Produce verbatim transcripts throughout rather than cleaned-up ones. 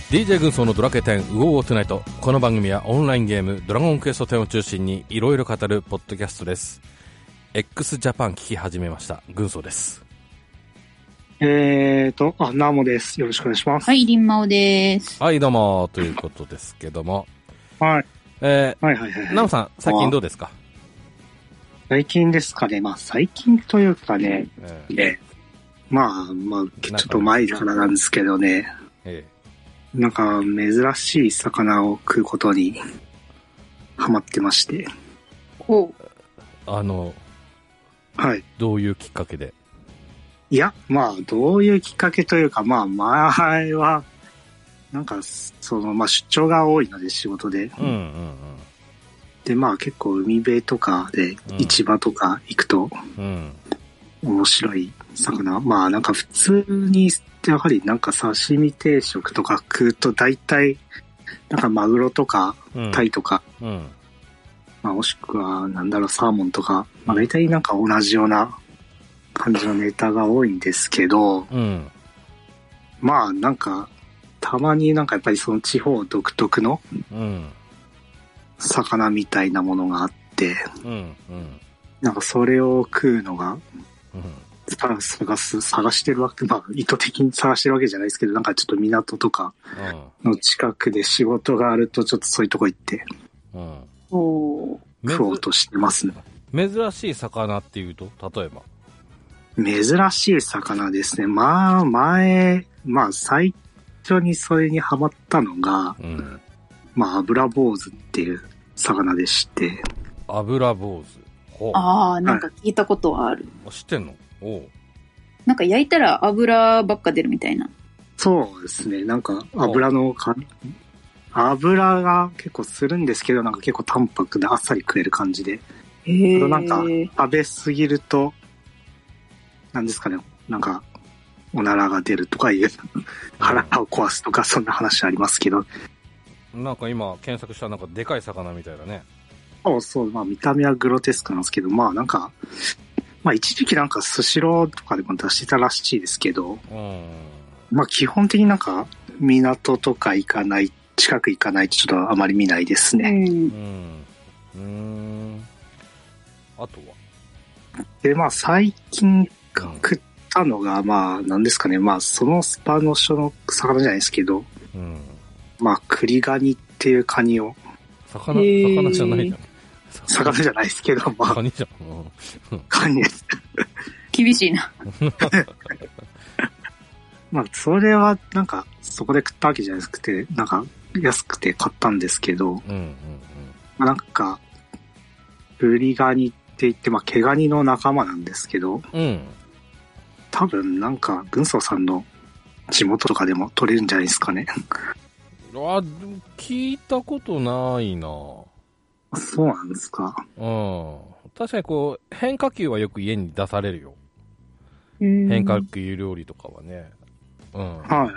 ディージェー 軍曹のドラケテンウォーウォートゥナイト。この番組はオンラインゲームドラゴンクエストテンを中心にいろいろ語るポッドキャストです。 X ジャパン聞き始めました軍曹です。 えーとあナモです。よろしくお願いします。 はい、リンマオです。 はいどうもということですけども、 はい、 えー、 はいはいはいはい。 ナモさん最近どうですか？ 最近ですかね。まあ最近というかね、 えー、 えまあまあちょっと前からなんですけどね、 えー、なんか珍しい魚を食うことにハマってまして。 ほう。 あのはい。 どういうきっかけで？ いや、まあどういうきっかけというか、まあ前はなんかそのまあ出張が多いので仕事で、 うんうんうん、 でまあ結構海辺とかで市場とか行くと、うん、面白い魚、まあなんか普通にやはりなんか刺身定食とか食うと大体なんかマグロとかタイとか、うんうん、まあもしくはなんだろうサーモンとか、まあ大体なんか同じような感じのネタが多いんですけど、うん、まあなんかたまになんかやっぱりその地方独特の魚みたいなものがあって、うんうん、なんかそれを食うのが、うん、探す探してるわけ、まあ意図的に探してるわけじゃないですけど、なんかちょっと港とかの近くで仕事があるとちょっとそういうとこ行って、うん、食おうとしてますね。 珍しい魚っていうと例えば珍しい魚ですね。まあ、前、まあ、最初にそれにハマったのが、うん、まあ、油坊主っていう魚でして。 油坊主。 ああ、なんか聞いたことはある。 はい、知ってんの？おう。 なんか焼いたら油ばっか出るみたいな。 そうですね。なんか、油のか、油が結構するんですけど、なんか結構淡白であっさり食える感じで。へー。あとなんか、食べすぎると、なんですかね、なんか、おならが出るとかいう、腹を壊すとか、そんな話ありますけど。 なんか今、検索したらなんかでかい魚みたいだね。 そうそう、まあ見た目はグロテスクなんですけど、まあなんか、まあ一時期なんかスシローとかでも出してたらしいですけど、うん、まあ基本的になんか、港とか行かない、近く行かないとちょっとあまり見ないですね。うん。うん。うーん。 あとはで、まあ最近、食ったのが、まあ、なんですかね。まあ、そのスパの書の魚じゃないですけど、うん、まあ、クリガニっていうカニを。 魚、魚じゃないじゃん。 魚じゃないですけど、まあ。 カニじゃん。 カニです。 厳しいな。 まあ、それは、なんか、そこで食ったわけじゃなくて、なんか、安くて買ったんですけど、うんうんうん、まあ、なんか、クリガニって言って、まあ、毛ガニの仲間なんですけど、うん多分なんか軍曹さんの地元とかでも取れるんじゃないですかね。 あ、聞いたことないな。 そうなんですか。 うん。確かにこう変化球はよく家に出されるよ。変化球料理とかはね。うん。はい。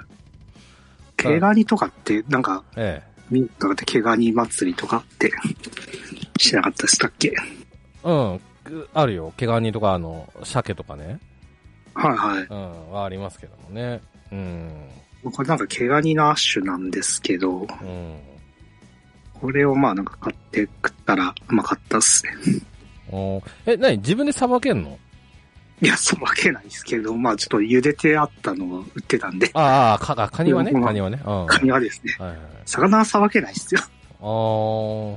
毛ガニとかってなんか、ええ、ミントとかって毛ガニ祭りとかってしなかったでしたっけ？ うん。あるよ。毛ガニとかあの鮭とかね。 はいはい。 うん、はありますけどもね。うん。 これなんか毛ガニのアッシュなんですけど、うん、これをまあなんか買って食ったらうまかったっすね。 おえ、なに自分でさばけんの？ いや、さばけないですけど、まあちょっと茹でてあったのを売ってたんで。 ああ、か、カニはね、カニはね。 うん、カニはですね。はいはい、魚はさばけないっすよ。 ああ。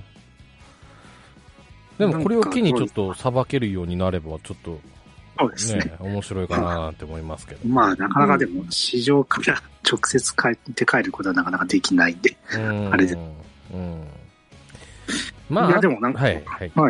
でもこれを機にちょっとさばけるようになれば、ちょっと、 そうですね。 ね、面白いかなって思いますけど。 まあ、なかなかでも、市場から直接帰って帰ることはなかなかできないんで、んあれで。うん。まあ、いや、でもなんか、はい、はい。はい。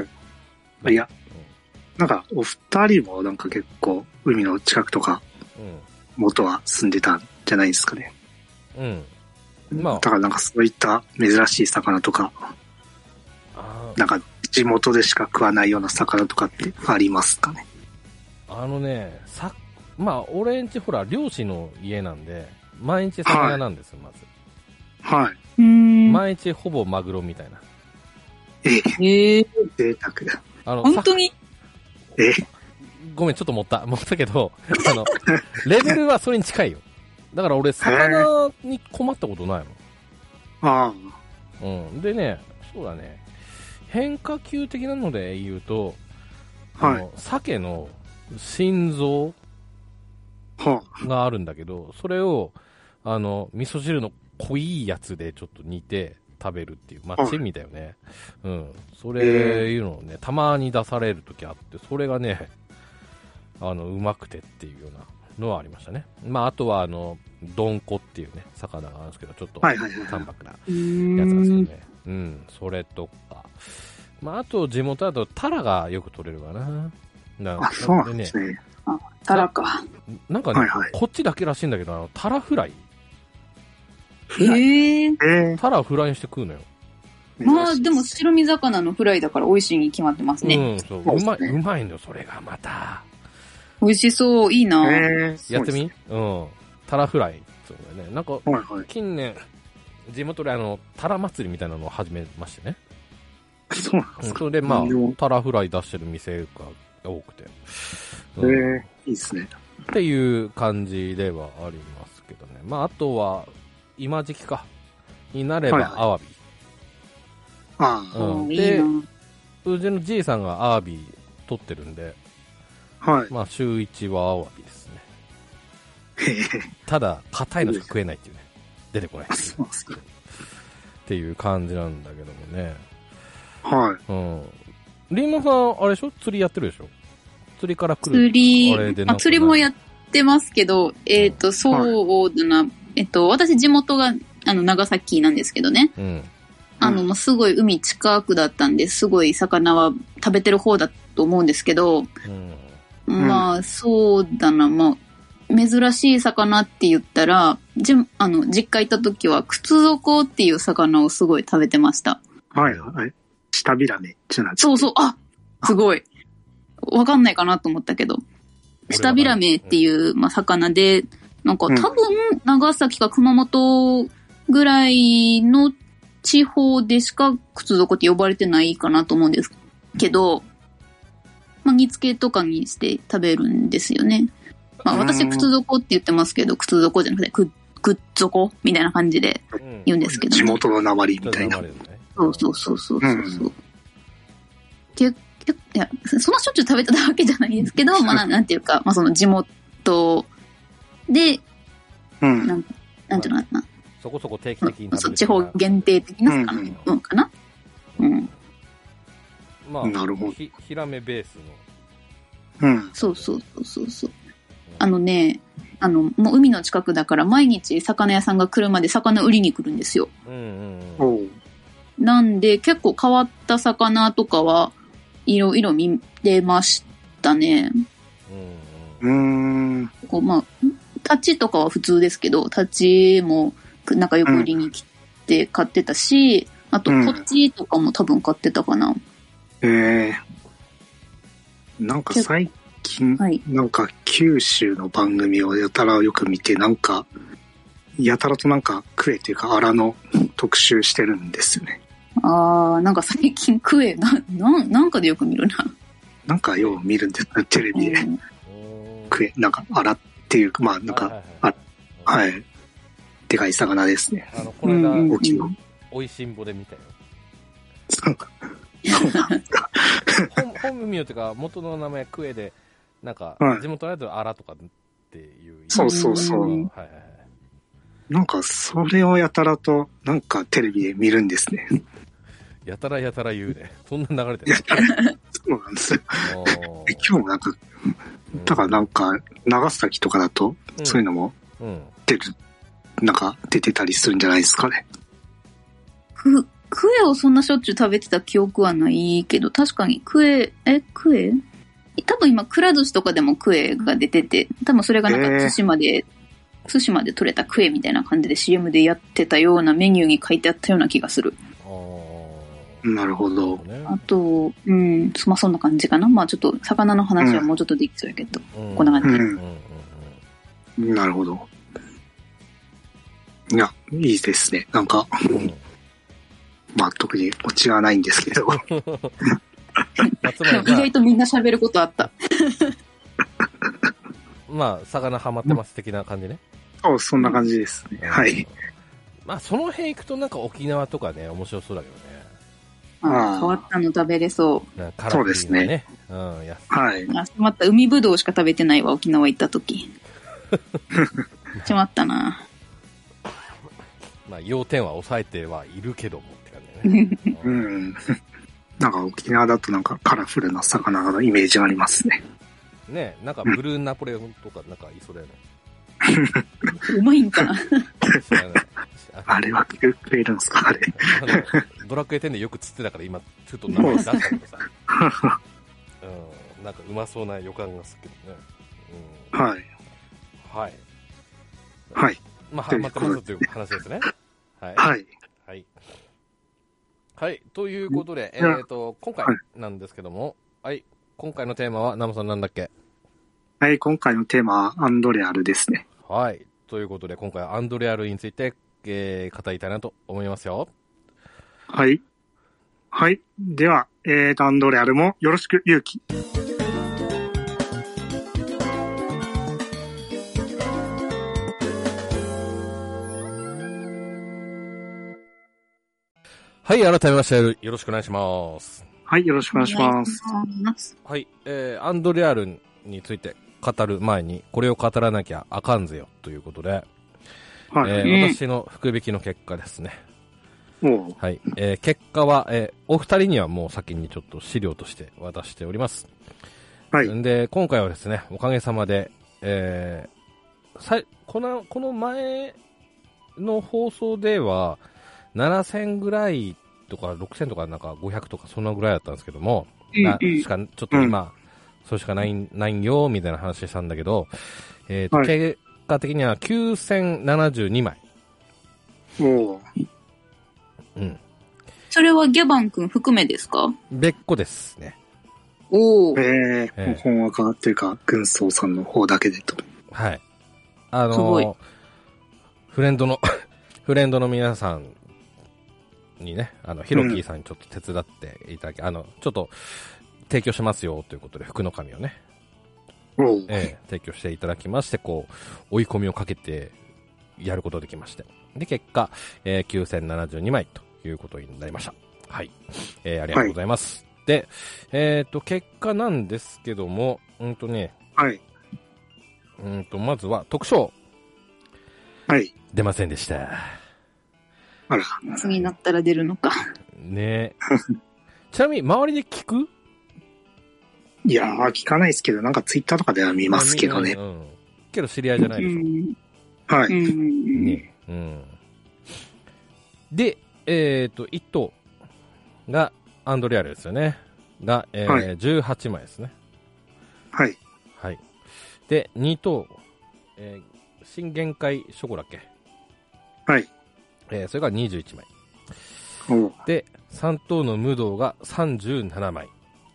いや、なんか、お二人もなんか結構、海の近くとか、うん、元は住んでたんじゃないですかね。うん。まあ。だからなんかそういった珍しい魚とか、なんか、地元でしか食わないような魚とかってありますかね？ あのね、さ、まあ、俺んちほら、漁師の家なんで、毎日魚なんですよ、はい、まず。 はい。 うーん。 毎日ほぼマグロみたいな。 ええー。贅沢だ。 あの、本当に？ えごめん、ちょっと持った。持ったけど、あの、レベルはそれに近いよ。 だから俺、魚に困ったことないもん。ああ。うん。でね、そうだね。変化球的なので言うと、はい、あの鮭の心臓があるんだけど、それを、あの、味噌汁の濃いやつでちょっと煮て食べるっていう、まあ、珍味だよね。うん。それいうのをね、たまに出されるときあって、それがね、あの、うまくてっていうようなのはありましたね。まあ、あとは、あの、ドンコっていうね、魚があるんですけど、ちょっと淡白なやつなんですけどね。うん、それとか。まあ、あと、地元だとタラがよく取れるかな。 なあ、そうなんですね。 あ、タラか。 なんかね、はいはい、こっちだけらしいんだけど、あのタラフライ。 へえー。 タラフライにして食うのよ。 まあ、でも白身魚のフライだから美味しいに決まってますね。 うん、そう。うまい、うまいの、それがまた。 美味しそう、いいな。 やってみ、うん。タラフライ。そうだね。なんか、はいはい、近年、地元であの、タラ祭りみたいなのを始めましてね。 そうなんですか。 それでまあ、タラフライ出してる店が多くて。 うん、へえ、いいですね。 っていう感じではありますけどね。まあ、あとは、今時期か。になれば、アワビ。 ああ、 うん。で、うちのじいさんがアワビ取ってるんで、 はい。 まあ、週一はアワビですね。 へえ。 ただ、硬いのしか食えないっていうね。出てこないっていう。 そうですか。 っていう感じなんだけどもね。 はい。 うん。リンマさん、あれでしょ釣りやってるでしょ釣りから来る。 釣り、 あれであ、釣りもやってますけど、えっ、ー、と、そうだな、はい、えっと、私地元が、あの、長崎なんですけどね。 うん。 あの、もうすごい海近くだったんで、すごい魚は食べてる方だと思うんですけど、うん、まあ、そうだな、まあ、珍しい魚って言ったら、じあの、実家行った時は、靴底っていう魚をすごい食べてました。 はいはい。下ビラメじゃないですか。 そうそう、あ、すごい。わかんないかなと思ったけど。下ビラメっていう、まあ、魚で、なんか多分、長崎か熊本ぐらいの地方でしか靴底って呼ばれてないかなと思うんですけど、まあ、煮付けとかにして食べるんですよね。まあ、私靴底って言ってますけど、靴底じゃなくて、く、くっ底みたいな感じで言うんですけど、ね、 地元の訛りみたいな。 そうそうそうそうそう。うん、けいや、そんなしょっちゅう食べてたわけじゃないですけど、まあ、なんていうか、まあ、その地元で、 うん、 なん、なんていうのかな。 そこそこ定期的に食べる。 地方限定的な魚、うん、うん、かな。うん。 まあ、なるほど。 ひ、ヒラメベースの。うん。 そうそうそうそうそう。あのね、あの、もう海の近くだから毎日魚屋さんが来るまで魚売りに来るんですよ。 うんうんうん。 なんで結構変わった魚とかはいろいろ見れましたね。 うん。うーん。 こうまあ、タチとかは普通ですけど、タチもなんかよく売りに来て買ってたし、うん、あとこっちとかも多分買ってたかな。 へ、うん、えー。なんか最近、はい、なんか九州の番組をやたらよく見て、なんか、やたらとなんかクエっていうかアラの特集してるんですよね。 あー、なんか最近クエ、な、ななんかでよく見るな。 なんかよう見るんですテレビで。うん、クエ、なんかアラっていうか、まあなんか、はいはいはい、あ、はい。でかい魚ですね。 あの、これが、大きいの。おいしんぼで見たよ。 そうか。そうなんですか。 本名っていうか、元の名前クエで、なんか、地元のやつはアラとかっていう。 そうそうそう。はいはいはい。なんか、それをやたらと、なんかテレビで見るんですね。 やたらやたら言うね。そんな流れてる。 そうなんですよ。今日もなんか、だからなんか、長崎とかだと、そういうのも出る、うん、なんか出てたりするんじゃないですかね。 く、クエをそんなしょっちゅう食べてた記憶はないけど、確かにクエ、え、クエ多分今、くら寿司とかでもクエが出てて、多分それがなんか対馬で、えー、対馬で取れたクエみたいな感じで シーエム でやってたようなメニューに書いてあったような気がする。 なるほど。 あと、うん、まあそんな感じかな。まあちょっと魚の話はもうちょっとできそうやけど、うん、こんな感じ、うんうん。なるほど。いや、いいですね。なんか、うん、まあ特にオチはないんですけど。 意外とみんな喋ることあった。 まあ魚ハマってます的な感じね。 そう、そんな感じですね。はい。 まあ、その辺行くとなんか沖縄とかね、面白そうだけどね。 ああ、変わったの食べれそう。 カラフルなね。うん、 やはい。 あ、しまった。海ぶどうしか食べてないわ、沖縄行った時。しまったな。 まあ、要点は抑えてはいるけどもって感じだね。 うん。なんか沖縄だとなんかカラフルな魚のイメージがありますね。 ねえ、なんかブルーナポレオンとかなんかいそうだよね。 うまいんかな。 あれは食えるんすか、あれ。 あのドラクエテンでよく釣ってたから今ちょっと名前出したけどさ。うん、なんかうまそうな予感がするけどね。 うん、はい。 はい。 はい。 まあ、ハマってますという話ですね。はい。 はい。 はい。はい。ということで、えっ、ー、と、今回なんですけども、はい、はい。今回のテーマは、ナムさんなんだっけ？ はい、今回のテーマはアンドレアルですね。 はい。ということで、今回はアンドレアルについて、えー、語りたいなと思いますよ。 はい。はい。では、えーと、アンドレアルもよろしく、ゆうき。 はい、改めまして、よろしくお願いします。 はい、よろしくお願いします。 はい、えー、アンドレアルについて語る前に、これを語らなきゃあかんぜよ、ということで、はい、えー、私の福引きの結果ですね。はい、えー、結果は、えー、お二人にはもう先にちょっと資料として渡しております。はい。で、今回はですね、おかげさまで、えー、さいこの、この前の放送では、ななせんぐらいとかろくせんとかなんかごひゃくとかそんなぐらいだったんですけども、うんうん、しかちょっと今、うん、それしかない、ないんよみたいな話したんだけど、えーと、はい、結果的にはきゅうせんななじゅうにまい。 おー。 うん。 それはギャバン君含めですか？ 別個ですね。 おー。 えー、えー、本若っていうか、軍曹さんの方だけでと。 はい。あのー、フレンドの、フレンドの皆さん、にね、あの、ヒロキーさんにちょっと手伝っていただき、うん、あの、ちょっと、提供しますよ、ということで、福の神をね、えー、提供していただきまして、こう、追い込みをかけて、やることができまして。で、結果、えー、きゅうせんななじゅうにまいということになりました。はい。えー、ありがとうございます。はい、で、えっと、結果なんですけども、うんとね、 はい。 うんと、まずは、特賞。 はい。 出ませんでした。 あら。 次になったら出るのか。 ねえ。ちなみに、周りで聞く？ いやー、聞かないですけど、なんかツイッターとかでは見ますけどね。 うん。けど知り合いじゃないでしょ。うん、 はい。 ね、うん。で、えっと、いっ等がアンドレアルですよね。が、えーはい、じゅうはちまいですね。 はい。 はい。で、に等、えー、新限界ショコラっけ？ はい。 えー、それがにじゅういちまい。で、さん等の無道がさんじゅうななまい。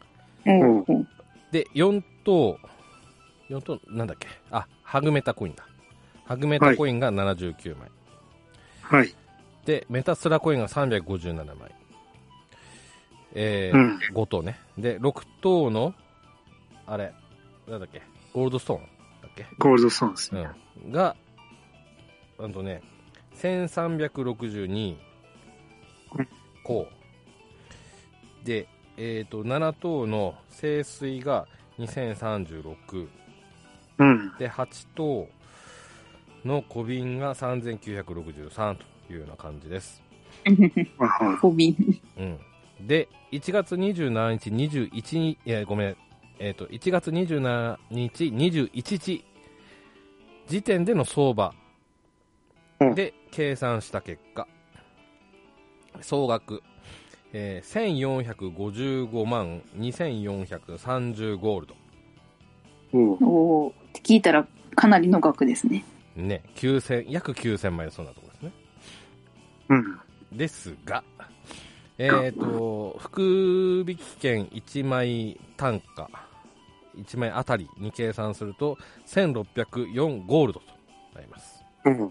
で、よん等、よん等、なんだっけ？あ、ハグメタコインだ。ハグメタコインがななじゅうきゅうまい。 はい。 で、メタスラコインがさんびゃくごじゅうななまい。えー、うん、ご等ね。で、ろく等の、あれ、なんだっけ？ゴールドストーンだっけ？ ゴールドストーンですね。 うん。が、なんとね、せんさんびゃくろくじゅうにこう。で、えっと、なな等の清水がにせんさんじゅうろく。 うん。 で、はち等の小瓶がさんぜんきゅうひゃくろくじゅうさんというような感じです。 小瓶。 うん。で、いちがつにじゅうしちにち、にじゅういちにち、いや、ごめん。えっと、いちがつにじゅうしちにち、にじゅういちにち時点での相場で計算した結果、総額、えー、せんよんひゃくごじゅうごまんにせんよんひゃくさんじゅうゴールド。 おお、って聞いたらかなりの額ですね。 ね、きゅうせん、約きゅうせんまいでそんなところですね。 うん。 ですが、えっ、ー、と、福引券いちまい単価、いちまいあたりに計算するとせんろっぴゃくよんゴールドとなります。 うん。 うん。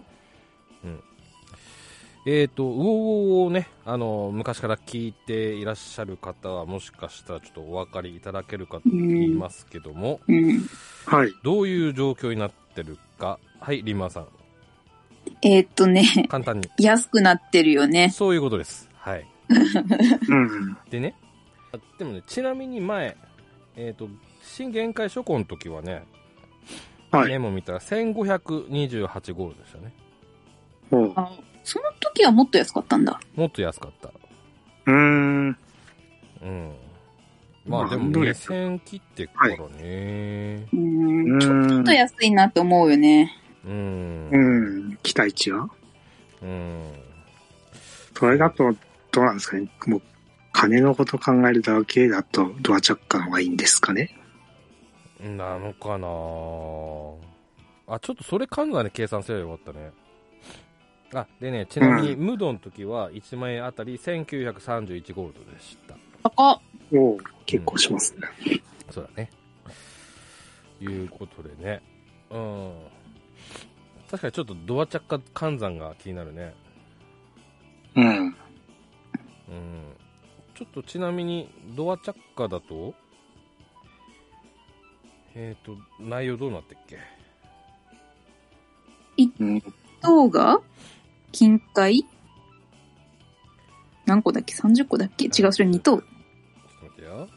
えっ、ー、と、ウォーウォーをね、あの、昔から聞いていらっしゃる方はもしかしたらちょっとお分かりいただけるかと言いますけども、 うんうん、 はい。 どういう状況になってるか、はい、リンマーさん。 えー、っとね。 簡単に。 安くなってるよね。 そういうことです。はい。 うん、でね。でもね、ちなみに前、えっ、ー、と、新限界初行の時はね、はい、メモ見たらせんごひゃくにじゅうはちゴールドでしたね。 あ、その時はもっと安かったんだ。 もっと安かった。 うーん。 うん。まあでもにせん切ってからね、はい、 うん。ちょっと安いなって思うよね。 うん。 うん。期待値はうん。 それだと、どうなんですかね。もう、金のこと考えるだけだと、ドアチャッカーの方がいいんですかね。 なのかなあ、ちょっとそれ考えで計算すればよかったね。あ、でね、ちなみに、うん、ムドの時はいちまん円あたりせんきゅうひゃくさんじゅういちゴールドでした。 高っ。 おお、結構しますね、 うん。そうだね。いうことでね。うん。確かにちょっとドアチャッカ換算が気になるね。 うん。うん。 ちょっとちなみに、ドアチャッカだと、えっ、ー、と、内容どうなってっけ？ 一等が金塊何個だっけ ?さんじゅっ 個だっけ違う、それに等。ちょっと待ってよ。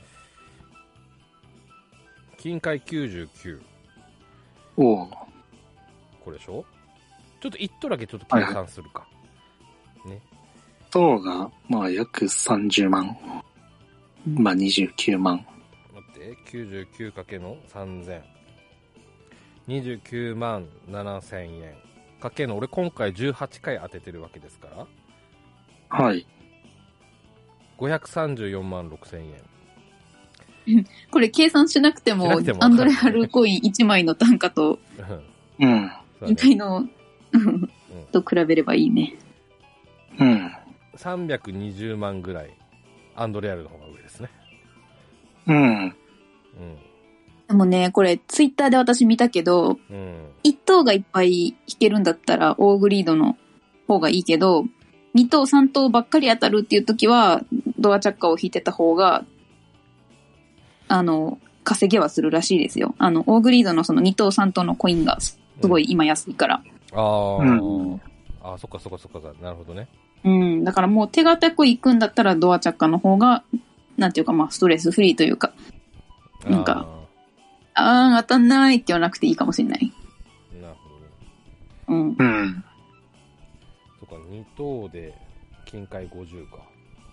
金塊きゅうじゅうきゅう。 おお。 これでしょ？ちょっと一等だけちょっと計算するか。はいはい、ね。 等が、まあ約さんじゅうまん。まあにじゅうきゅうまん。 待って、きゅうじゅうきゅうかけるのさんぜん。にじゅうきゅうまんななせんえん。かけの、俺今回じゅうはちかい当ててるわけですから。 はい。 ごひゃくさんじゅうよんまんろくせんえん。これ計算しなくても、てもアンドレアルコインいちまいの単価と、 うん。 みたいの、と比べればいいね。 うん。 さんびゃくにじゅうまんぐらい、アンドレアルの方が上ですね。 うん。うん。 でもね、これツイッターで私見たけど、うん、いち等がいっぱい引けるんだったらオーグリードの方がいいけど、に等さん等ばっかり当たるっていう時はドアチャッカーを引いてた方があの稼げはするらしいですよ。あのオーグリードのそのに等さん等のコインがすごい今安いから、 うん、ああ、うん、あ、そっかそっかそっか、なるほどね。 うん、だからもう手堅く行くんだったらドアチャッカーの方がなんていうか、まあストレスフリーというか、なんかああ当たんないって言わなくていいかもしれない。 なるほどね。 うん。うん。 そっか、に等で金塊ごじゅうか。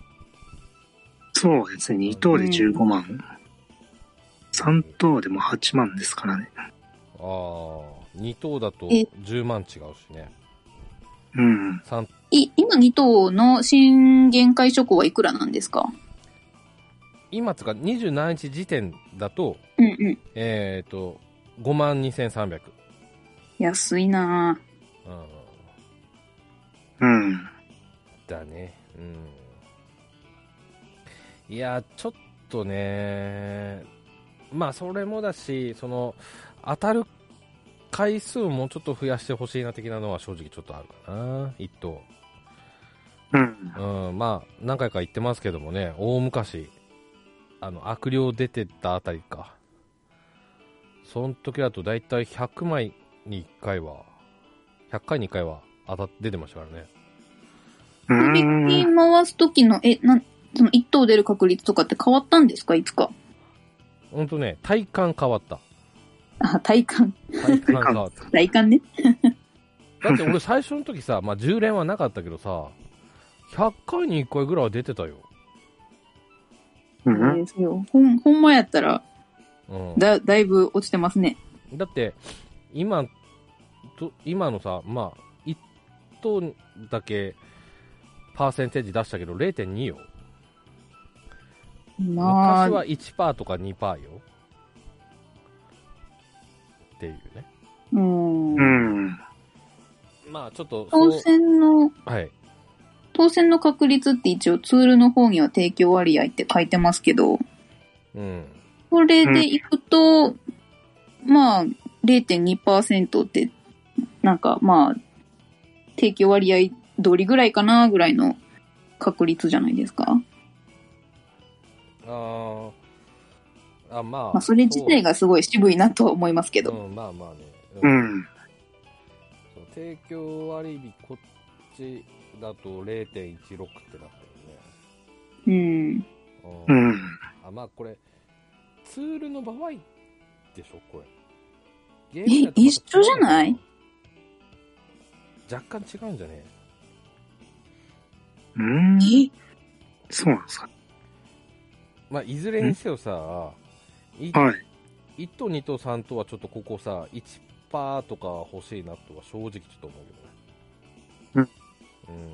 そうですね、に等でじゅうごまん。うん、さん等でもはちまんですからね。 ああ、に等だとじゅうまん違うしね。 うん。 い今に等の新限界諸行はいくらなんですか？ 今つかにじゅうしちにち時点だと、 うんうん、 えっ、ー、と、ごまんにせんさんびゃく。 安いなぁ。うん。うん。 だね。うん。いや、ちょっとね、まあそれもだし、その、当たる回数もちょっと増やしてほしいな的なのは正直ちょっとあるかな、一等。 うん。 うん、まあ何回か言ってますけどもね、大昔、あの、悪霊出てたあたりか。その時だとだいたいひゃくまいにいっかいは、ひゃっかいにいっかいは当たって出てましたからね。 値引き回す時の、え、なん、そのいち等出る確率とかって変わったんですか、いつか。 ほんとね、体感変わった。 あ、体感。 体感変わった。 体感ね。 だって俺最初の時さ、まあじゅう連はなかったけどさ、ひゃっかいにいっかいぐらいは出てたよ。 うん、えー、そうよ。ほん、ほんまやったら、うん、だ、だいぶ落ちてますね。 だって、今、と、今のさ、まあ、いち等だけ、パーセンテージ出したけど れいてんに よ。まあ、昔は いちパーセント とか にパーセント よ。っていうね。 うん。 うん。 まあ、ちょっと、 当選の、 はい。 当選の確率って一応ツールの方には提供割合って書いてますけど、 うん。 これでいくと、うん、まあ、れいてんにパーセント って、なんかまあ、提供割合通りぐらいかなぐらいの確率じゃないですか。 ああ、まあ。 まあ、それ自体がすごい渋いなとは思いますけど。 うん、まあまあね。 うん。 そう提供割引こっちだと れいてんいちろく ってなってるね。 うん。 うん。 あ、まあこれ、ツールの場合でしょ、これ。 え、一緒じゃない？ 若干違うんじゃねえ。うん。え、そうなんですか。 まあ、いずれにせよさ、いはい。 いちとにとさんとはちょっとここさ、いちパーセント とか欲しいなとは正直ちょっと思うけどね。うん。うん。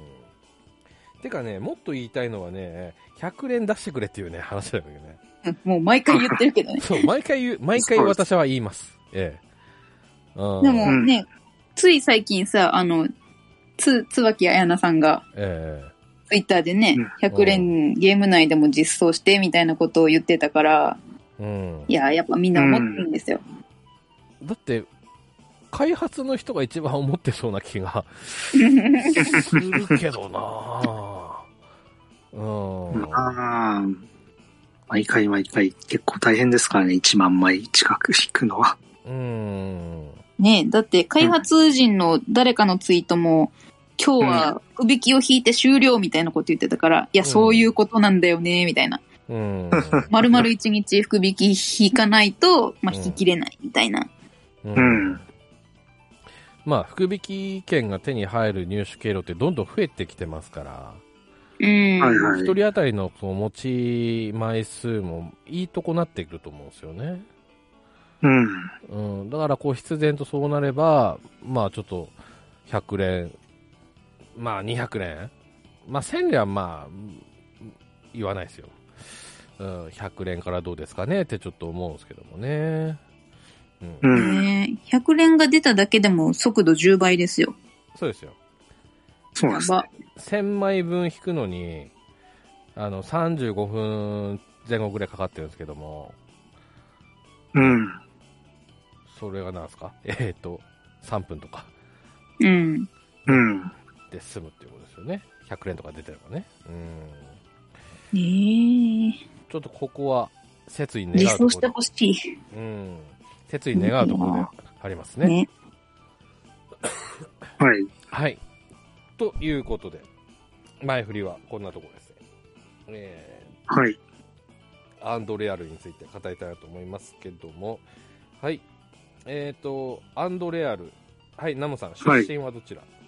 てかね、もっと言いたいのはね、ひゃくれん出してくれっていうね、話だけどね。 もう毎回言ってるけどね。 そう、毎回言う、毎回私は言います。ええ。 でもね、つい最近さ、あの、つ、椿彩菜さんが、ええ。ツイッターでね、ひゃくれんゲーム内でも実装してみたいなことを言ってたから、うん、いや、やっぱみんな思ってるんですよ。 うん、だって、開発の人が一番思ってそうな気がするけどなぁ。うん。 ああ。毎回毎回結構大変ですからね、いちまんまい近く引くのは。 うん。 ねえ、だって開発陣の誰かのツイートも、今日は福引きを引いて終了みたいなこと言ってたから、うん、いや、そういうことなんだよね、みたいな。うん。丸々いちにち福引き引かないと、まあ、引き切れないみたいな。 うん。うん、まあ、福引き券が手に入る入手経路ってどんどん増えてきてますから。 うん。はいはい。一人当たりのその持ち枚数もいいとこなってくると思うんですよね。 うん。 うん。だから、こう、必然とそうなれば、まあ、ちょっと、ひゃくれん、まあ、にひゃくれん、まあ、せんれんはまあ、言わないですよ。うん、ひゃくれんからどうですかねってちょっと思うんですけどもね。 うん。えー、ひゃくれんが出ただけでも速度じゅうばいですよ。 そうですよ。 そうなんですね。 せんまいぶん引くのに、あの、さんじゅうごふんぜん後ぐらいかかってるんですけども。 うん。 それがなんですかえっと、さんぷんとか。 うん。 うん。 で済むっていうことですよね。ひゃくれんとか出てればね。うん。 えー。 ちょっとここは、切に願うところで。 実装してほしい。 うん。切に願うところでありますね。ねはい。 はい。ということで、前振りはこんなところですね。えー、はい。 アンドレアルについて語りたいなと思いますけども、はい。えっ、ー、と、アンドレアル。はい、ナムさん、出身はどちら？はい、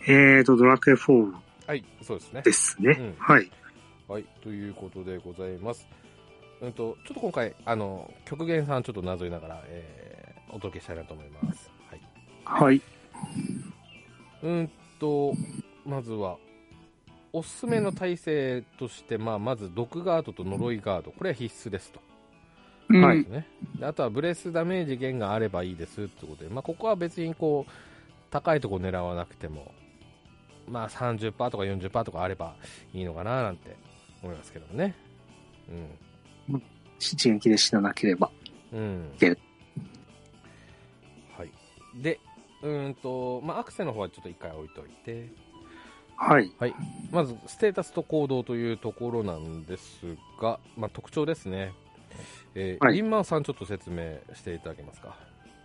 えーと、ドラクエフォー。 はい、そうですね。 ですね。うん、はい。 はい、ということでございます。うんと、ちょっと今回、あの、極限さんちょっとなぞりながら、えー、お届けしたいなと思います。はい。 はい。 うんと、まずは、おすすめの耐性として、まあ、まず、毒ガードと呪いガード。これは必須ですと。 はい。 ね、であとは、ブレスダメージ減があればいいですってことで、まあ、ここは別にこう、高いところ狙わなくても、まあ さんじゅっパーセント とか よんじゅっパーセント とかあればいいのかななんて思いますけどもね。 うん。出撃で死ななければ。 うん。はい。で、うーんと、まあアクセの方はちょっと一回置いといて。 はい。 はい。まず、ステータスと行動というところなんですが、まあ特徴ですね。えー、はい、リンマンさんちょっと説明していただけますか。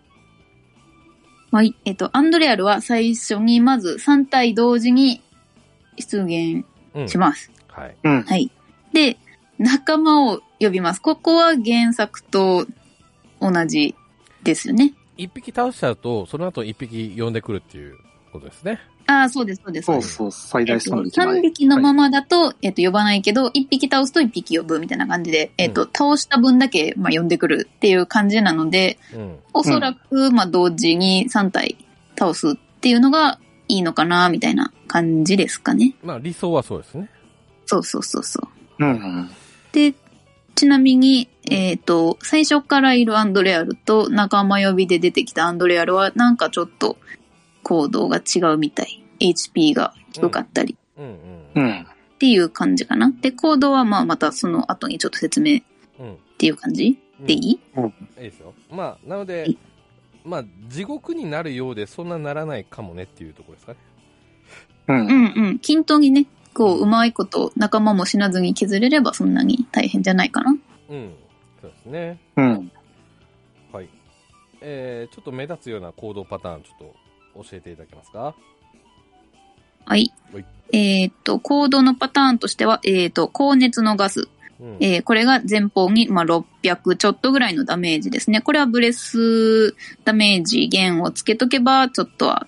はい。えっと、アンドレアルは最初にまずさん体同時に出現します。 うん、はい。 はい。で、仲間を呼びます。ここは原作と同じですよね。 一匹倒しちゃうと、その後一匹呼んでくるっていうことですね。 ああ、そうです、そうです。 そうそう、最大さんびき。 えっと、さんびきのままだと、はい、えっと、呼ばないけど、いっぴき倒すといっぴき呼ぶみたいな感じで、えっと、うん、倒した分だけ、まあ、呼んでくるっていう感じなので、うん、おそらく、まあ、同時にさん体倒すっていうのがいいのかな、みたいな感じですかね。 まあ、理想はそうですね。 そうそうそうそう。 うん。 で、ちなみに、えっと、最初からいるアンドレアルと仲間呼びで出てきたアンドレアルは、なんかちょっと行動が違うみたい。エイチピー が低かったり。 うん。うん。うん。 っていう感じかな。で、コードはまあまたその後にちょっと説明っていう感じ、うん、でいい？ うん。いいですよ。まあ、なので、まあ、地獄になるようでそんなならないかもねっていうところですかね。 うん。うんうん。均等にね、こう、うまいこと仲間も死なずに削れればそんなに大変じゃないかな。 うん。そうですね。 うん。 はい。えー、ちょっと目立つような行動パターンちょっと教えていただけますか？ はい。はい、えっ、ー、と、行動のパターンとしては、えっ、ー、と、高熱のガス。うん、えー、これが前方に、まあ、ろっぴゃくちょっとぐらいのダメージですね。これはブレスダメージ減をつけとけば、ちょっとは。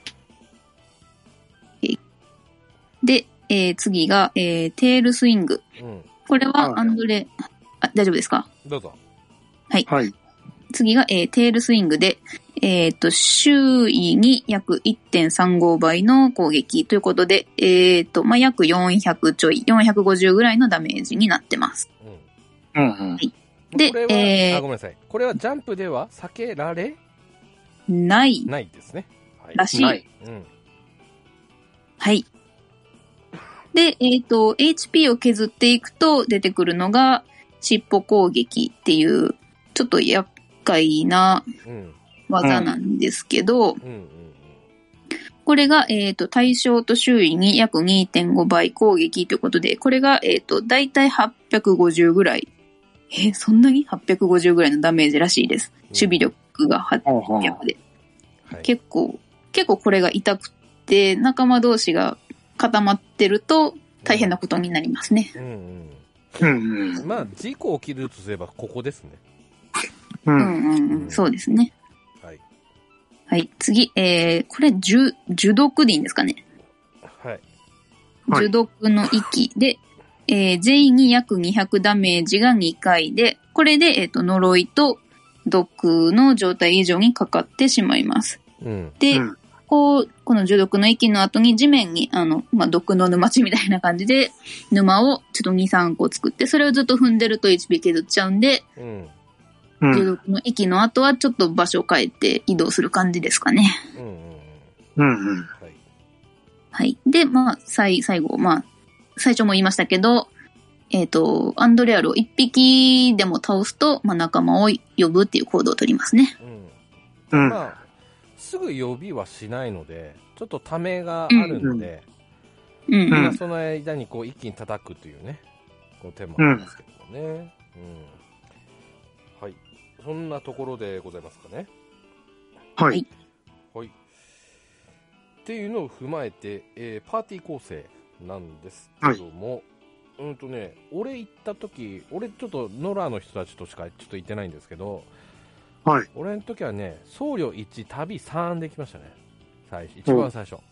で、えー、次が、えー、テールスイング。うん、これはアンドレ、あ、大丈夫ですか？ どうぞ。 はい。 はい。 次が、えー、テールスイングで、えっ、ー、と、周囲に約 いってんさんご 倍の攻撃ということで、えっ、ー、と、まあ、約よんひゃくちょい、よんひゃくごじゅうぐらいのダメージになってます。 うん。うんうん。 はい。で、 これは、 えー、 あ、ごめんなさい。これはジャンプでは避けられない。 ないですね。 はい、らしい。 ない。 うん。 はい。で、えっ、ー、と、エイチピー を削っていくと出てくるのが、尻尾攻撃っていう、ちょっと厄介な技なんですけど、うんうんうん、これが、えっ、ー、と、対象と周囲に約 にてんご 倍攻撃ということで、これが、えっ、ー、と、だいたいはっぴゃくごじゅうぐらい。えー、そんなに はっぴゃくごじゅうぐらいのダメージらしいです。うん、守備力がはっぴゃくで、はい。結構、結構これが痛くて、仲間同士が固まってると大変なことになりますね。 うんうんうんうん、 まあ、事故起きるとすればここですね。 うんうんうん、そうですね。 はい。 はい、次、えー、これ、呪、呪毒でいいんですかね。 はい。 呪毒の息で、えー、全員に約にひゃくダメージがにかいで、これで、えっと、呪いと毒の状態以上にかかってしまいます。 うん、 で、うん、こう、この呪毒の息の後に地面に、あの、まあ、毒の沼地みたいな感じで、沼をちょっとに、さんこ作って、それをずっと踏んでると エイチピー 削っちゃうんで、うん、呪毒の息の後はちょっと場所を変えて移動する感じですかね。 うんうんうん。はい。 はい。で、まあ、最、最後、まあ、最初も言いましたけど、えっと、アンドレアルを一匹でも倒すと、まあ、仲間を呼ぶっていう行動を取りますね。 うん。まあ、すぐ呼びはしないので、ちょっとためがあるので、うん。まあ、その間にこう一気に叩くというね、こう手もありますけどもね。うん。うん、はい。そんなところでございますかね。 はい。 はい。っていうのを踏まえて、えー、パーティー構成なんですけども、はい、うんとね、俺行った時、俺ちょっとノラの人たちとしかちょっと行ってないんですけど、 はい。 俺の時はね、僧侶いち、旅さんできましたね。最初、一番最初。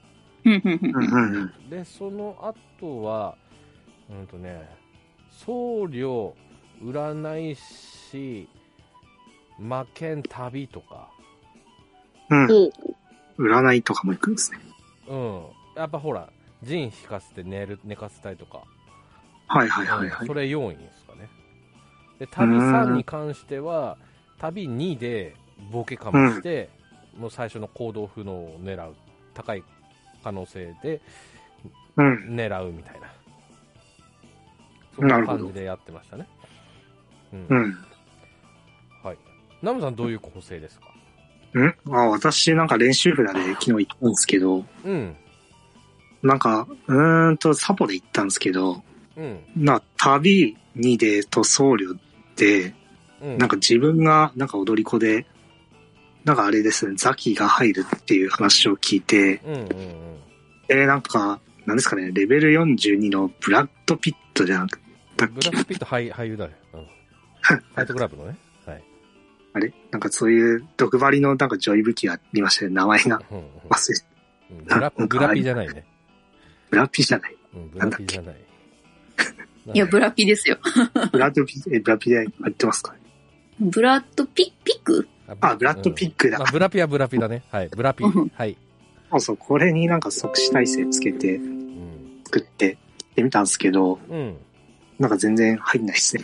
で、その後は、うんとね、僧侶、占い師、魔剣、旅とか。 うん。占いとかも行くんですね。 うん。やっぱほら、陣引かせて寝る、寝かせたりとか。 はいはいはいはい。 それよんいですかね。で、旅さんに関しては、旅にでボケかもして、うん、もう最初の行動不能を狙う。高い可能性で、狙うみたいな。そんな感じでやってましたね。うん。うん、はい。ナムさんどういう構成ですか？ んあ、私なんか練習札で昨日行ったんですけど、 うん。 なんか、うーんと、サポで行ったんですけど、うん。な、旅にでと僧侶で、うん、なんか自分がなんか踊り子で、なんかあれですね、ザキが入るっていう話を聞いて、うんうんうん、えー、なんか、なんですかね、レベルよんじゅうにのブラッドピットじゃなくて、 ブラッドピット俳優だね。うん。ファイトクラブのね。はい。 あれなんかそういう毒針のなんかジョイ武器がありましたね、名前が。 うんうん、 忘れて、 うん。ブラ、ブラピじゃないね。 ブラピじゃない。 うん、ブラピじゃない。 いや、ブラピですよ。 ブラッドピ、え、ブラピで入ってますかね。 ブラッドピ、ピックあ、ブラッドピックだ、 うんまあ。ブラピはブラピだね。はい。ブラピ。はい。 そうそう、これになんか即死耐性つけて、作ってやってみたんですけど、うん、なんか全然入んないっすね。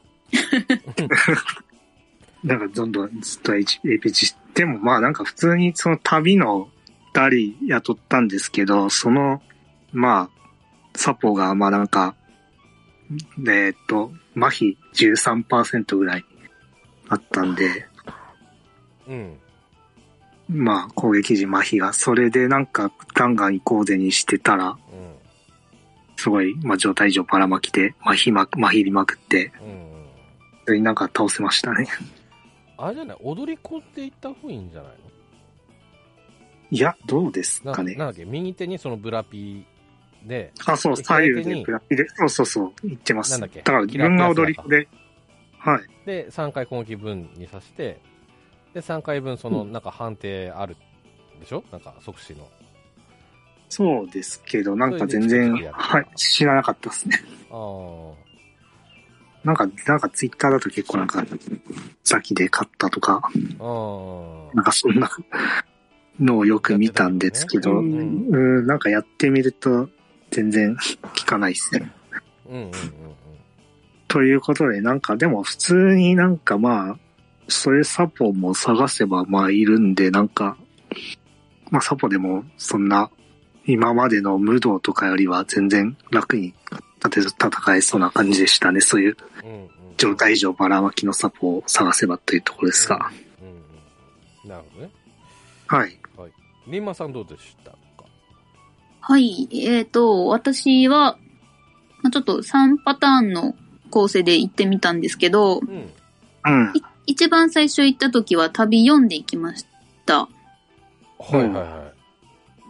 なんかどんどんずっと エーピージー しても、まあなんか普通にその旅のダリ雇ったんですけど、その、まあ、サポがまあなんか、えー、っと、麻痺 じゅうさんパーセント ぐらいあったんで、 うん。 まあ攻撃時麻痺が、それでなんかガンガン行こうぜにしてたら、うん、すごい、まあ状態上ばらまきで麻痺ま、麻痺りまくって、うん、それになんか倒せましたね。 あれじゃない、踊り子って言った方がいいんじゃないの？ いや、どうですかね。 な、なんだっけ、右手にそのブラピで、 あ、そう、左右でブラピで、そうそうそう、言ってます。 なんだっけ、 だから自分が踊り子で、はい。 で、さんかい攻撃分にさして、で、さんかいぶんその、なんか判定あるでしょ、なんか即死の。 そうですけど、なんか全然、はい、知らなかったですね。ああ。なんか、なんかツイッターだと結構なんか、先で買ったとか、あなんかそんなのをよく見たんですけど、ね、うん、うん、なんかやってみると全然効かないですね。うんうんうんうん。ということで、なんかでも普通になんかまあ、そういうサポも探せばまあいるんで、なんか、まあサポでもそんな今までの無道とかよりは全然楽に戦えそうな感じでしたね。そういう状態以上ばらまきのサポを探せばというところですが。うんうんうん、なるほどね。 はい。 はい。リンマさんどうでしたか？ はい。えっと、私は、ちょっとさんパターンの構成で行ってみたんですけど、うん。うん、一番最初行った時は旅よんで行きました。 はいはいはい。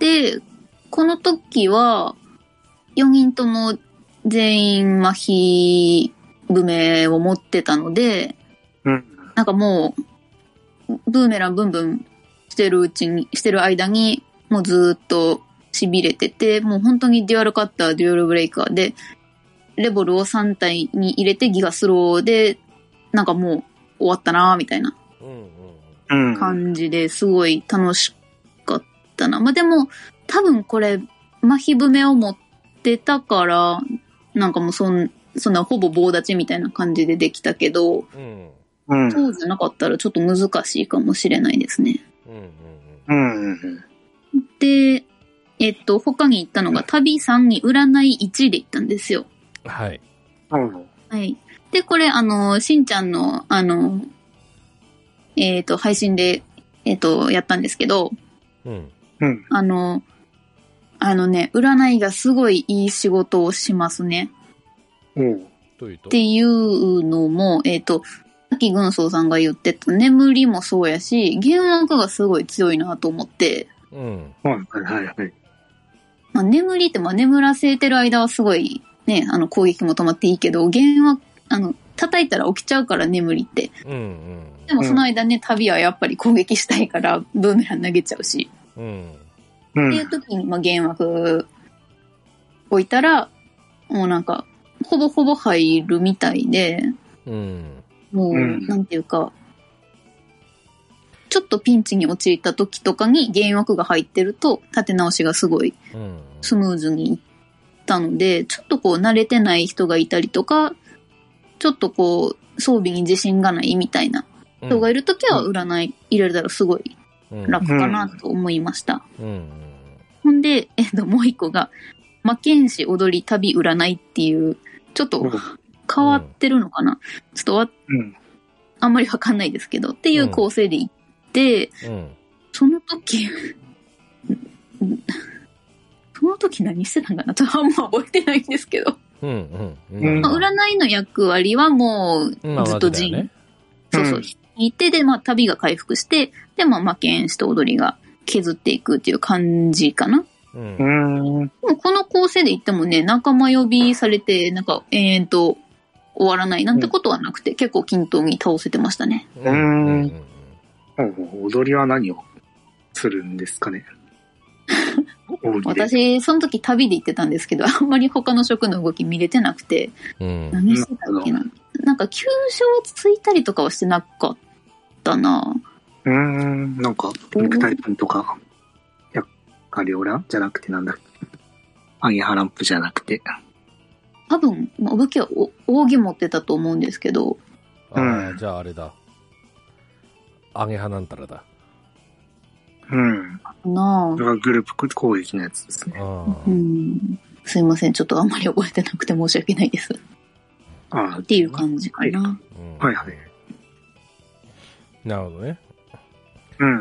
で、この時は、よにんとも全員麻痺ブメを持ってたので、うん、なんかもう、ブーメランブンブンしてるうちに、してる間に、もうずっと痺れてて、もう本当にデュアルカッター、デュアルブレイカーで、レボルをさん体に入れてギガスローで、なんかもう終わったなーみたいな感じですごい楽しかったな。まあ、でも、多分これ、麻痺ブメを持ってたから、なんかもうそん、そんなほぼ棒立ちみたいな感じでできたけど、うん、そうじゃなかったらちょっと難しいかもしれないですね。うんうんうん、で、えっと、他に行ったのが旅さんに占いいちで行ったんですよ。 はい。 はい。で、これ、あの、しんちゃんの、あの、えっと、配信で、えっと、やったんですけど、うん。うん。あの、あのね、占いがすごいいい仕事をしますね。うん。っていうのも、えっと、さっき軍曹さんが言ってた眠りもそうやし、幻惑がすごい強いなと思って。うん。はいはいはい。まあ、眠りって、まあ、眠らせてる間はすごい、ね、あの、攻撃も止まっていいけど、幻惑、あの、叩いたら起きちゃうから眠りって。うんうん。でもその間ね、旅はやっぱり攻撃したいから、ブーメラン投げちゃうし。うん。っていう時に、まあ、幻惑置いたら、もうなんか、ほぼほぼ入るみたいで、うん、もう、うん、なんていうか、ちょっとピンチに陥った時とかに幻惑が入ってると、立て直しがすごいスムーズにいったので、ちょっとこう慣れてない人がいたりとか、ちょっとこう装備に自信がないみたいな人がいる時は占い入れたらすごい楽かなと思いました。うんうん、ほんで、えっと、もう一個が、魔剣士踊り旅占いっていう、ちょっと変わってるのかな、うん、ちょっとわ、うん、あんまりわかんないですけど、っていう構成で行って、うん、その時、その時何してたんかなちょっとあんま覚えてないんですけど。うんうんうん、まあ、占いの役割はもうずっと陣、まあね、そうそう、引いて、で、まあ旅が回復して、で、まあ魔剣士と踊りが削っていくっていう感じかな。うん、この構成で言ってもね、仲間呼びされて、なんか延々と終わらないなんてことはなくて、うん、結構均等に倒せてましたね。うん。 うん踊りは何をするんですかね私、その時旅で行ってたんですけど、あんまり他の職の動き見れてなくて、うん、何してたっけな。なんか、急所をついたりとかはしてなかったな。 うーん、なんか、肉体分とか、やっかりオラじゃなくてなんだっけ。アゲハランプじゃなくて。 多分、お武器は扇持ってたと思うんですけど。 ああ、うん、じゃああれだ。アゲハなんたらだ。 うん。なあ。それがグループ攻撃のやつですね。 うん。すいません。ちょっとあんまり覚えてなくて申し訳ないです。ああ。っていう感じかな。はい、はい、はい。 なるほどね。うん。うん、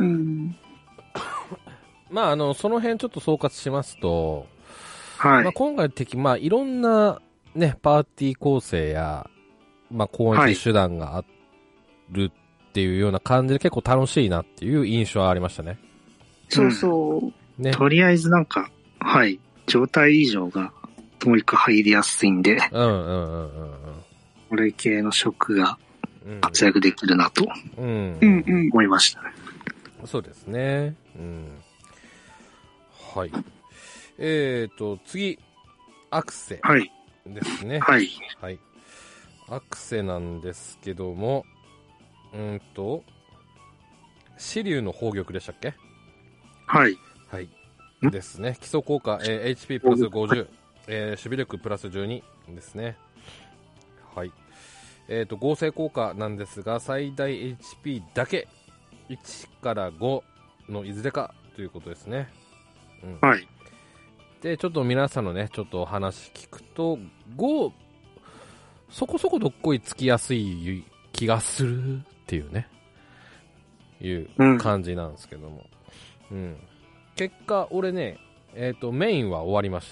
まあ、あの、その辺ちょっと総括しますと、はい。まあ、今回の敵、まあ、いろんなね、パーティー構成や、まあ、攻撃手段があるっていうような感じで結構楽しいなっていう印象はありましたね。 そうそう。 うんね、とりあえずなんか、はい、状態異常がとにかく入りやすいんで、 うんうんうんうんうん。 これ系の食が活躍できるなと、 うん、 思いましたね。 そうですね。うん。はい。えーと、次、アクセですね。 はい。はい。 はい。アクセなんですけども、うんと、紫龍の宝玉でしたっけ？ はい。 はい。ですね。基礎効果、えー、エイチピー プラスごじゅう、えー、守備力プラスじゅうにですね。はい。えーと、合成効果なんですが、最大 エイチピー だけ、いちからごのいずれかということですね。うん。 はい。 で、ちょっと皆さんのね、ちょっとお話聞くと、ご、そこそこどっこいつきやすい気がするっていうね、いう感じなんですけども。うん。うん、結果、俺ね、えっと、メインは終わりました。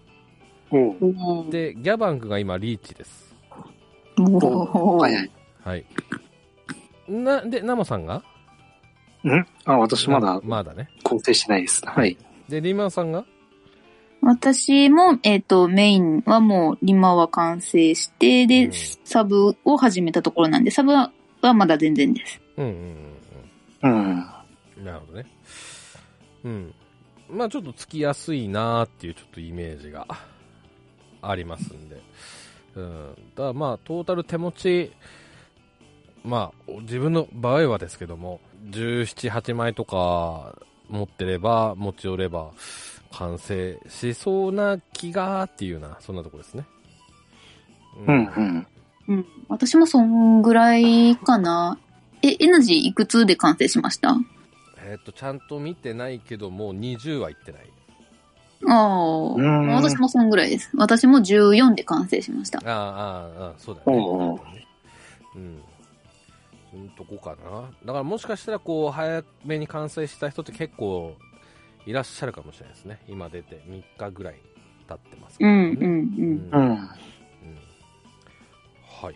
で、ギャバンクが今リーチです。 はいはい。 はい。な、で、ナモさんがんあ、私まだ、 まだね。 構成してないです。はい。 で、リーマンさんが私も、えっと、メインはもう、リマは完成して、で、うん、サブを始めたところなんで、サブはまだ全然です。 うんうんうん。うん。なるほどね。うん。まあちょっとつきやすいなーっていうちょっとイメージがありますんで。うん。だからまあトータル手持ち、まあ自分の場合はですけども、じゅうなな、はちまいとか持ってれば、持ち寄れば完成しそうな気がっていうような、そんなところですね。 うんうん。 うん。私もそんぐらいかな。え、エナジーいくつで完成しました？ えっと、ちゃんと見てないけども、にじゅうはいってない。 ああ、私もそんぐらいです。私もじゅうよんで完成しました。 ああ、ああ、そうだよね。うん。うんとこかな。だからもしかしたら、こう、早めに完成した人って結構いらっしゃるかもしれないですね。今出てみっかぐらい経ってますけどね。 うん、うん、うん。うん。 はい。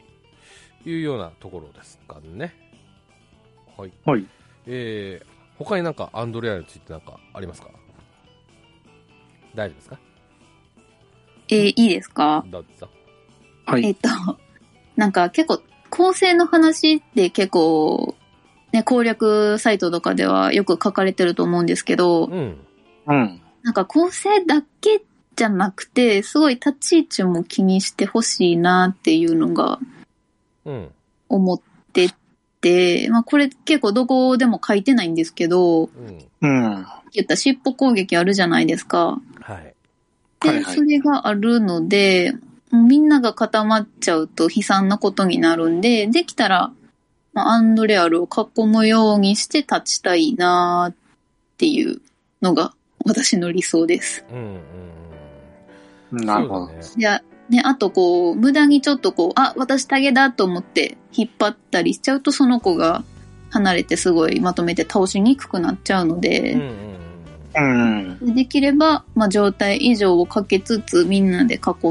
いうようなところですかね。はい。 はい。 えー、他になんかアンドレアについてなんかありますか？大丈夫ですか？ えー、いいですか？ どうぞ。 はい。 えっと、なんか結構、構成の話って結構、ね、攻略サイトとかではよく書かれてると思うんですけど、 うん。 うん。 なんか構成だけじゃなくて、すごい立ち位置も気にしてほしいなっていうのが、思ってて、まあこれ結構どこでも書いてないんですけど、うん。言った尻尾攻撃あるじゃないですか。 はい。 で、 はいはい、 それがあるので、みんなが固まっちゃうと悲惨なことになるんで、できたら、まあ、アンドレアルを囲むようにして立ちたいなっていうのが私の理想です。 うんうん。なるほど。 いや、ね、あとこう、無駄にちょっとこう、あ、私タゲだと思って引っ張ったりしちゃうと、その子が離れてすごいまとめて倒しにくくなっちゃうので、うんうんうん、できれば、まあ、状態異常をかけつつみんなで囲って、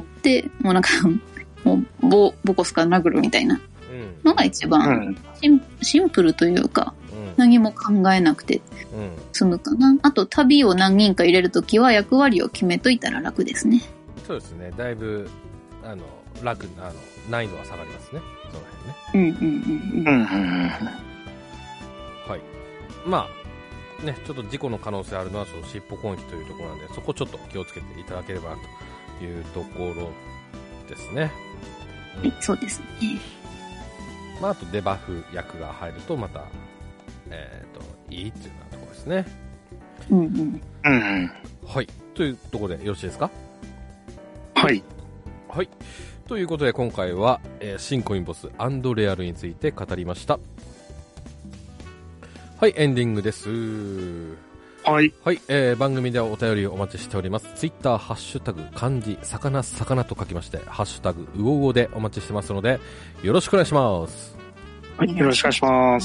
もうなんか、もうボ、ボコスか殴るみたいなのが一番シン、シンプルというか、うん、何も考えなくて済むかな。あと、旅を何人か入れるときは役割を決めといたら楽ですね。 そうですね。だいぶ、あの、楽、あの、難易度は下がりますね。その辺ね。 うんうんうんうん。 はい。まあ、ね、ちょっと事故の可能性あるのは、その尻尾攻撃というところなんで、そこちょっと気をつけていただければなというところですね。 うん、はい、そうですね。 まあ、あとデバフ役が入ると、また、えっと、いいっていうようなところですね。 うんうん。 うん。 はい。というところでよろしいですか？ はい。 はい。ということで今回は、えー、新コインボスアンドレアルについて語りました。はい、エンディングです。 はい。 はい、えー、番組ではお便りをお待ちしております。ツイッター、ハッシュタグ、漢字、魚、魚と書きまして、ハッシュタグ、うおうおでお待ちしてますので、よろしくお願いします。 はい、よろしくお願いします。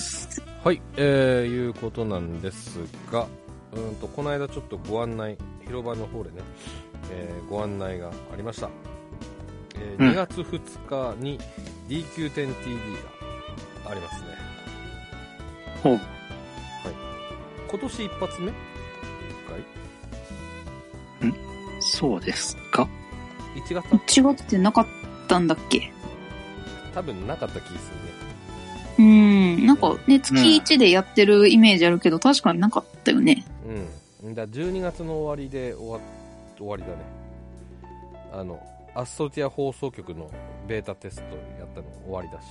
はい、えー、いうことなんですが、うんと、この間ちょっとご案内、広場の方でね、えー、ご案内がありました。えー、にがつふつかに ディーキューテンティーブイ がありますね。 ほう。はい。 今年一発目かい？んそうですか？ いちがつ？ いちがつってなかったんだっけ？ 多分なかった気するね。 うーん、なんかね、月いちでやってるイメージあるけど、うん、確かになかったよね。 うん。だじゅうにがつの終わりで終わ、終わりだね。あの、アストティア放送局のベータテストやったの終わりだし。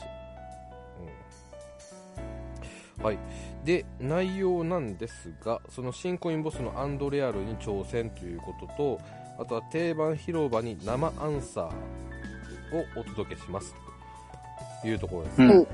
うん。はい。で、内容なんですが、その新コインボスのアンドレアルに挑戦ということと、あとは定番広場に生アンサーをお届けしますというところですね。うん。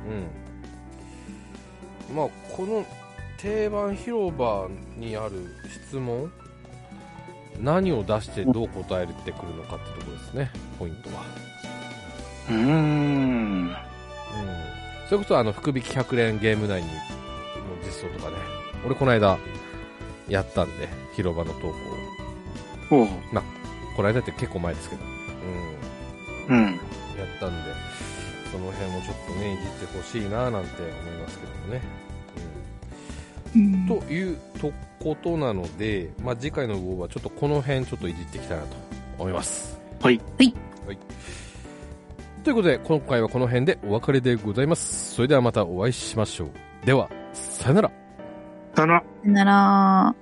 うん、まあこの定番広場にある質問、何を出してどう答えてくるのかってところですね、ポイントは。 うーん。うん。 それこそあの福引きひゃく連ゲーム内にの実装とかね、俺この間やったんで、広場の投稿を。 おう。 まあこの間って結構前ですけど、 うん。うん。 やったんで、その辺もちょっとねいじってほしいななんて思いますけどもね。うん、というとことなので、まあ、次回の号はちょっとこの辺ちょっといじっていきたいなと思います。 はい。 はい。 はい。ということで今回はこの辺でお別れでございます。それではまたお会いしましょう。ではさよなら。 さよなら。 さよなら。